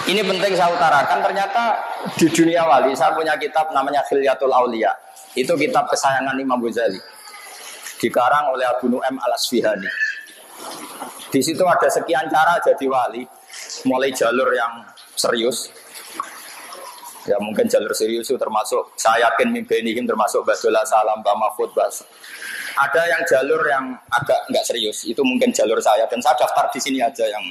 Ini penting saya utarakan, ternyata di dunia wali saya punya kitab namanya Khilyatul Aulia. Itu kitab kesayangan Imam Ghazali. Dikarang oleh Abu Nu'aim Al-Asfihani. Di situ ada sekian cara jadi wali, mulai jalur yang serius. Ya mungkin jalur serius itu termasuk saya yakin mimbenihim termasuk Badola Salam, Mbak Mahfud Bas. Ada yang jalur yang agak enggak serius, itu mungkin jalur saya dan saya daftar di sini aja yang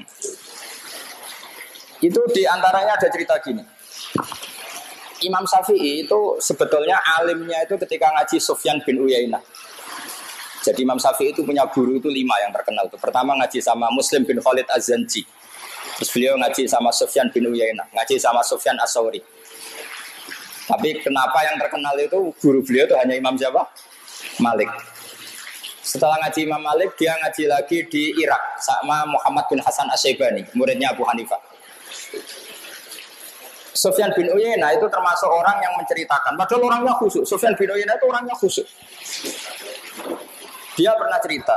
itu di antaranya ada cerita gini. Imam Syafi'i itu sebetulnya alimnya itu ketika ngaji Sufyan bin Uyainah. Jadi Imam Syafi'i itu punya guru itu 5 yang terkenal. Pertama ngaji sama Muslim bin Khalid Az-Zanji. Terus beliau ngaji sama Sufyan bin Uyainah, ngaji sama Sufyan As-Sawri. Tapi kenapa yang terkenal itu guru beliau itu hanya Imam siapa? Malik. Setelah ngaji Imam Malik, dia ngaji lagi di Irak sama Muhammad bin Hasan Asy-Syaibani, muridnya Abu Hanifah. Sufyan bin Uyainah itu termasuk orang yang menceritakan, padahal orangnya khusyuk. Sufyan bin Uyainah itu orangnya khusyuk. Dia pernah cerita,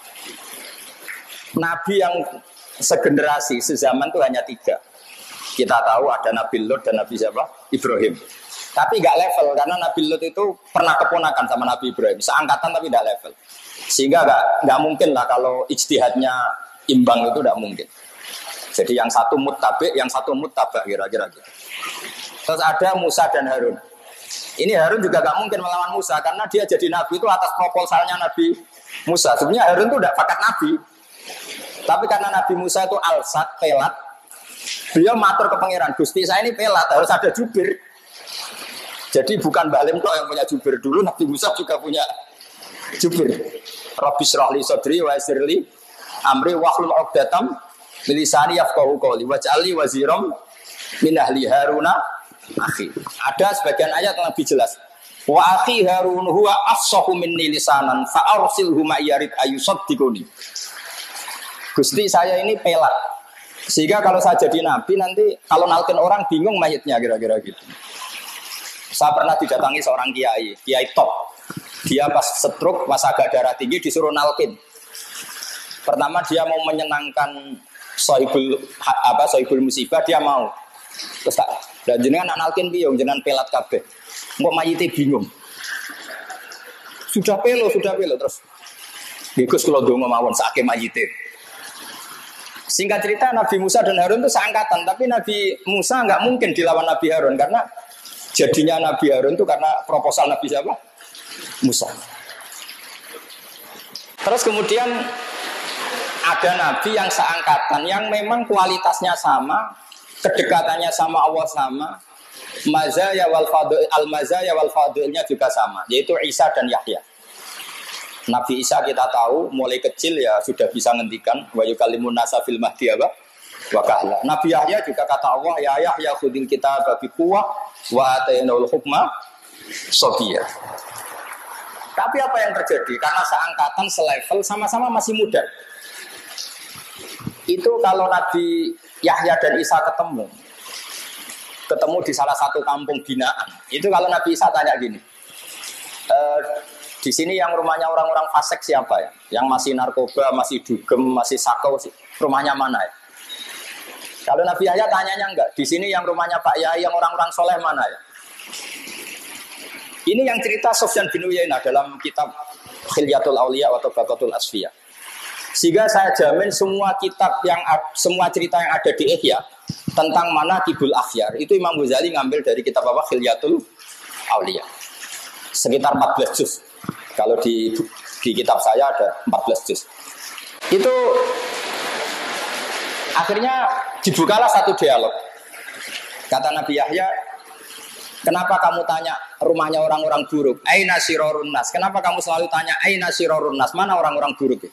Nabi yang segenerasi, sezaman itu hanya 3. Kita tahu ada Nabi Lut dan Nabi siapa? Ibrahim. Tapi nggak level, karena Nabi Lut itu pernah keponakan sama Nabi Ibrahim. Seangkatan tapi nggak level. Sehingga nggak mungkin lah kalau ijtihadnya imbang itu nggak mungkin. Jadi yang satu muttabi, yang satu muttaba kira-kira gitu. Terus ada Musa dan Harun. Ini Harun juga gak mungkin melawan Musa karena dia jadi nabi itu atas proposalnya Nabi Musa. Sebenarnya Harun itu tidak bakat nabi. Tapi karena Nabi Musa itu alsat, pelat, beliau matur ke pangeran, Gusti saya ini pelat, harus ada jubir. Jadi bukan Mbak Lim yang punya jubir dulu, Nabi Musa juga punya jubir. Rabbi shrah li sadri wa yassir li amri wahlul 'uqdatam milisani yafqahu qawli waj'alni waziram min ahli Haruna akhi. Ada sebagian ayat yang lebih jelas. Wa akhi Harun huwa afsahu minni lisanan fa arsilhu ma yarid ayusaddiquni. Gusti saya ini pelat. Sehingga kalau saya jadi nabi nanti kalau nalkin orang bingung mayitnya kira-kira gitu. Saya pernah didatangi seorang kiai top. Dia pas stroke, pas agak darah tinggi disuruh nalkin. Pertama dia mau menyenangkan sohibul musibah, dia mau. Terus tak, dan jenengan anak nalkin piye jenengan pelat kabeh. Kok mayite bingung. Sudah pelo terus. Gus kula ndonga mawon sakake mayite. Singkat cerita Nabi Musa dan Harun itu seangkatan, tapi Nabi Musa enggak mungkin dilawan Nabi Harun karena jadinya Nabi Harun itu karena proposal Nabi siapa? Musa. Terus kemudian ada nabi yang seangkatan yang memang kualitasnya sama, kedekatannya sama Allah sama, mazaya wal fadil, al-mazaya wal fadilnya juga sama, yaitu Isa dan Yahya. Nabi Isa kita tahu mulai kecil ya sudah bisa ngendikan wa yukallimun nasa fil mahdi wa kahla. Nabi Yahya juga kata Allah ya Yahya khudil kitaba bi quwwah wa atainal hukma sabiyya. Tapi apa yang terjadi? Karena seangkatan, selevel, sama-sama masih muda. Itu kalau Nabi Yahya dan Isa ketemu di salah satu kampung binaan. Itu kalau Nabi Isa tanya gini, di sini yang rumahnya orang-orang fasik siapa ya? Yang masih narkoba, masih dugem, masih sakau, rumahnya mana ya? Kalau Nabi Yahya tanyanya enggak, di sini yang rumahnya Pak Yai, yang orang-orang soleh mana ya? Ini yang cerita Sufyan bin Uyainah dalam kitab Khilyatul Aulia atau Baqatul Asfiyah. Sehingga saya jamin semua cerita yang ada di Ihya tentang Manaqibul Akhyar itu Imam Ghazali ngambil dari kitab apa? Khilyatul Aulia. Sekitar 14 juz. Kalau di kitab saya ada 14 juz. Itu akhirnya dibukalah satu dialog. Kata Nabi Yahya, kenapa kamu tanya rumahnya orang-orang buruk? Aina sirarun nas. Kenapa kamu selalu tanya aina sirarun nas? Mana orang-orang buruk?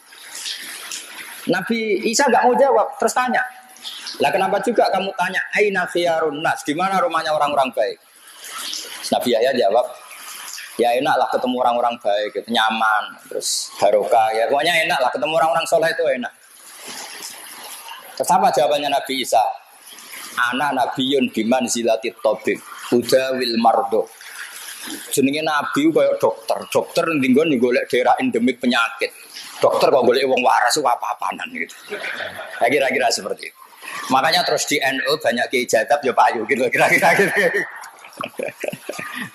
Nabi Isa enggak mau jawab, terus tanya. Lah kenapa juga kamu tanya aina khiyarun nas? Di mana rumahnya orang-orang baik? Nabi Yahya jawab, ya enaklah ketemu orang-orang baik, gitu, nyaman, terus barokah ya. Pokoknya enaklah ketemu orang-orang soleh itu enak. Terus apa jawabannya Nabi Isa? Ana nabiyun biman zilatit tabib udawil mardo. Jenenge nabi koyo dokter. Dokter ndinggon golek daerah endemik penyakit. Dokter kok golek wong waras apa-apanan gitu. Ya kira-kira seperti itu. Makanya terus di NU banyak kiai jadab ya payu gitu kira-kira gitu.